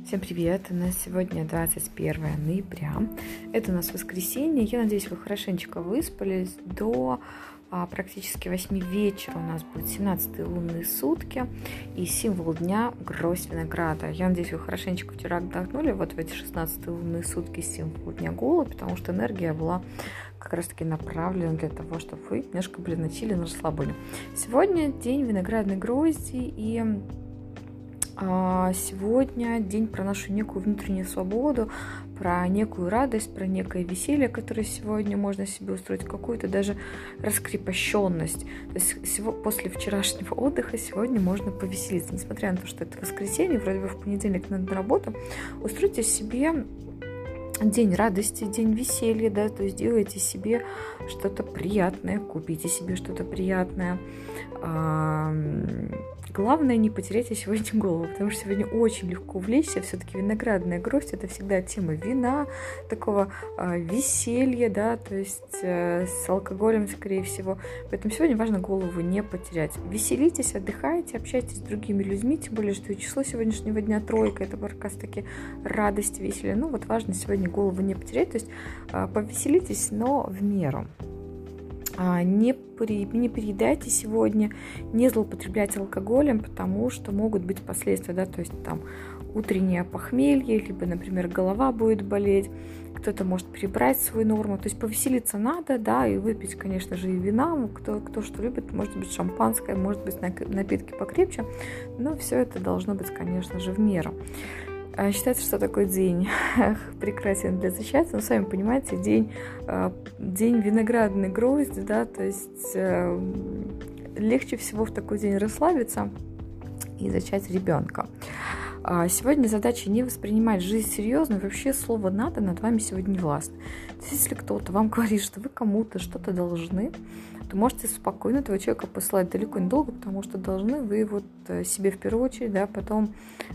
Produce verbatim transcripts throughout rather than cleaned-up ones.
Всем привет! У нас сегодня двадцать первое ноября. Это у нас воскресенье. Я надеюсь, вы хорошенечко выспались. До а, практически восьми вечера у нас будут семнадцатые лунные сутки. И символ дня — гроздь винограда. Я надеюсь, вы хорошенечко вчера отдохнули. Вот в эти шестнадцатые лунные сутки символ дня голубь, потому что энергия была как раз таки направлена для того, чтобы вы немножко были на чиле, на расслабоне. Сегодня день виноградной грозди, и сегодня день про нашу некую внутреннюю свободу, про некую радость, про некое веселье, которое сегодня можно себе устроить, какую-то даже раскрепощенность. То есть после вчерашнего отдыха сегодня можно повеселиться. Несмотря на то, что это воскресенье, вроде бы в понедельник надо на работу, устройте себе день радости, день веселья, да, то есть делайте себе что-то приятное, купите себе что-то приятное. Главное, не потеряйте сегодня голову, потому что сегодня очень легко увлечься. Все-таки виноградная гроздь — это всегда тема вина, такого э, веселья, да, то есть э, с алкоголем, скорее всего. Поэтому сегодня важно голову не потерять. Веселитесь, отдыхайте, общайтесь с другими людьми, тем более, что и число сегодняшнего дня тройка, это как раз таки радость, веселье. Ну вот важно сегодня голову не потерять, то есть э, повеселитесь, но в меру. Не, при, не переедайте сегодня, не злоупотребляйте алкоголем, потому что могут быть последствия, да, то есть там утреннее похмелье, либо, например, голова будет болеть, кто-то может перебрать свою норму, то есть повеселиться надо, да, и выпить, конечно же, и вина, кто, кто что любит, может быть шампанское, может быть напитки покрепче, но все это должно быть, конечно же, в меру. Считается, что такой день прекрасен для зачатия, но сами понимаете, день, день виноградной грозди, да, то есть легче всего в такой день расслабиться и зачать ребенка. Сегодня задача не воспринимать жизнь серьезно, вообще слово «надо» над вами сегодня не властно. То есть если кто-то вам говорит, что вы кому-то что-то должны, то можете спокойно этого человека посылать далеко недолго, потому что должны вы вот себе в первую очередь, да, потом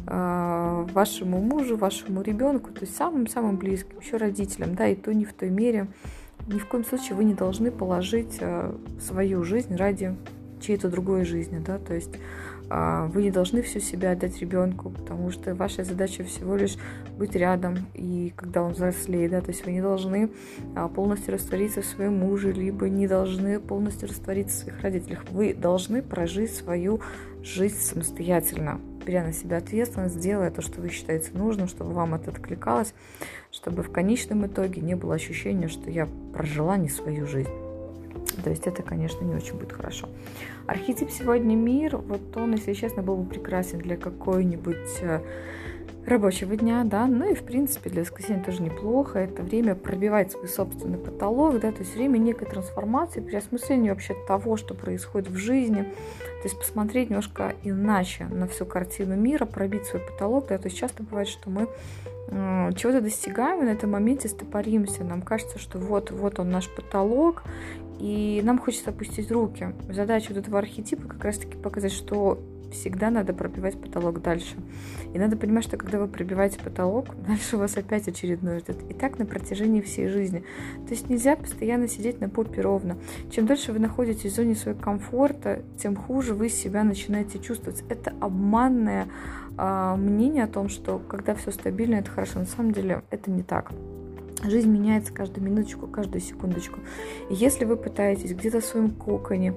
э, вашему мужу, вашему ребенку, то есть самым-самым близким, еще родителям, да, и то не в той мере. Ни в коем случае вы не должны положить э, свою жизнь ради чьей-то другой жизни, да, то есть вы не должны всю себя отдать ребенку, потому что ваша задача всего лишь быть рядом, и когда он взрослеет, да, то есть вы не должны полностью раствориться в своем муже, либо не должны полностью раствориться в своих родителях. Вы должны прожить свою жизнь самостоятельно, беря на себя ответственность, делая то, что вы считаете нужным, чтобы вам это откликалось, чтобы в конечном итоге не было ощущения, что я прожила не свою жизнь. То есть это, конечно, не очень будет хорошо. Архетип сегодня мир, вот он, если честно, был бы прекрасен для какой-нибудь рабочего дня, да, ну и, в принципе, для воскресенья тоже неплохо. Это время пробивать свой собственный потолок, да, то есть время некой трансформации, переосмысления вообще того, что происходит в жизни, то есть посмотреть немножко иначе на всю картину мира, пробить свой потолок, да, то есть часто бывает, что мы э, чего-то достигаем, и на этом моменте стопоримся, нам кажется, что вот, вот он наш потолок, и нам хочется опустить руки. Задача вот этого архетипа как раз-таки показать, что всегда надо пробивать потолок дальше. И надо понимать, что когда вы пробиваете потолок, дальше у вас опять очередной ждет. И так на протяжении всей жизни. То есть нельзя постоянно сидеть на попе ровно. Чем дольше вы находитесь в зоне своего комфорта, тем хуже вы себя начинаете чувствовать. Это обманное э, мнение о том, что когда все стабильно, это хорошо. На самом деле это не так. Жизнь меняется каждую минуточку, каждую секундочку. И если вы пытаетесь где-то в своем коконе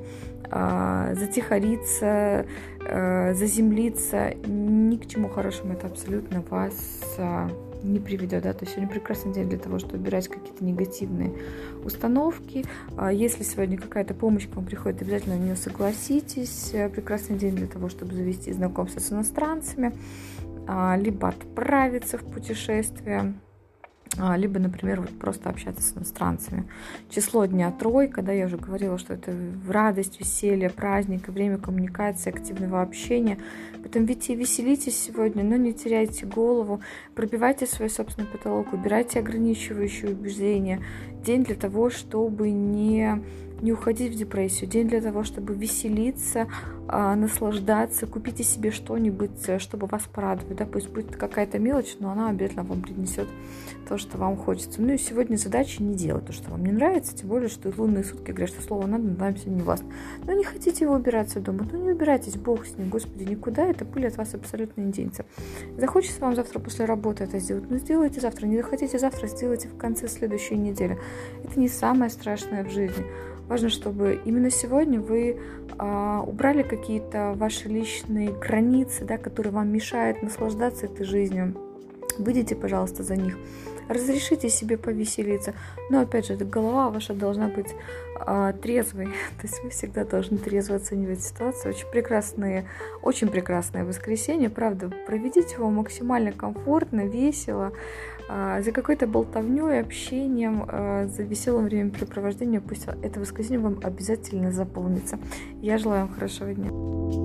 э, затихариться, э, заземлиться, ни к чему хорошему это абсолютно вас э, не приведет. Да? То есть сегодня прекрасный день для того, чтобы убирать какие-то негативные установки. А если сегодня какая-то помощь к вам приходит, обязательно на нее согласитесь. Прекрасный день для того, чтобы завести знакомство с иностранцами, э, либо отправиться в путешествие, либо, например, вот просто общаться с иностранцами. Число дня тройка, да, я уже говорила, что это радость, веселье, праздник, время коммуникации, активного общения. Поэтому видите, веселитесь сегодня, но не теряйте голову, пробивайте свой собственный потолок, убирайте ограничивающие убеждения. День для того, чтобы не не уходить в депрессию, день для того, чтобы веселиться, наслаждаться, купите себе что-нибудь, чтобы вас порадовать, да, пусть будет какая-то мелочь, но она обязательно вам принесет то, что вам хочется. Ну и сегодня задача не делать то, что вам не нравится, тем более, что лунные сутки говорят, что слово надо, нам сегодня не властно. Ну не хотите вы убираться дома, ну не убирайтесь, Бог с ним, Господи, никуда эта пыль от вас абсолютно не денется. Захочется вам завтра после работы это сделать, ну сделайте завтра, не захотите завтра, сделайте в конце следующей недели. Это не самое страшное в жизни. Важно, чтобы именно сегодня вы а, убрали какие-то ваши личные границы, да, которые вам мешают наслаждаться этой жизнью. Выйдите, пожалуйста, за них. Разрешите себе повеселиться. Но, опять же, голова ваша должна быть а, трезвой. То есть вы всегда должны трезво оценивать ситуацию. Очень прекрасные, очень прекрасное воскресенье. Правда, проведите его максимально комфортно, весело, а, за какой-то болтовней, общением, а, за веселым времяпрепровождением. Пусть это воскресенье вам обязательно заполнится. Я желаю вам хорошего дня.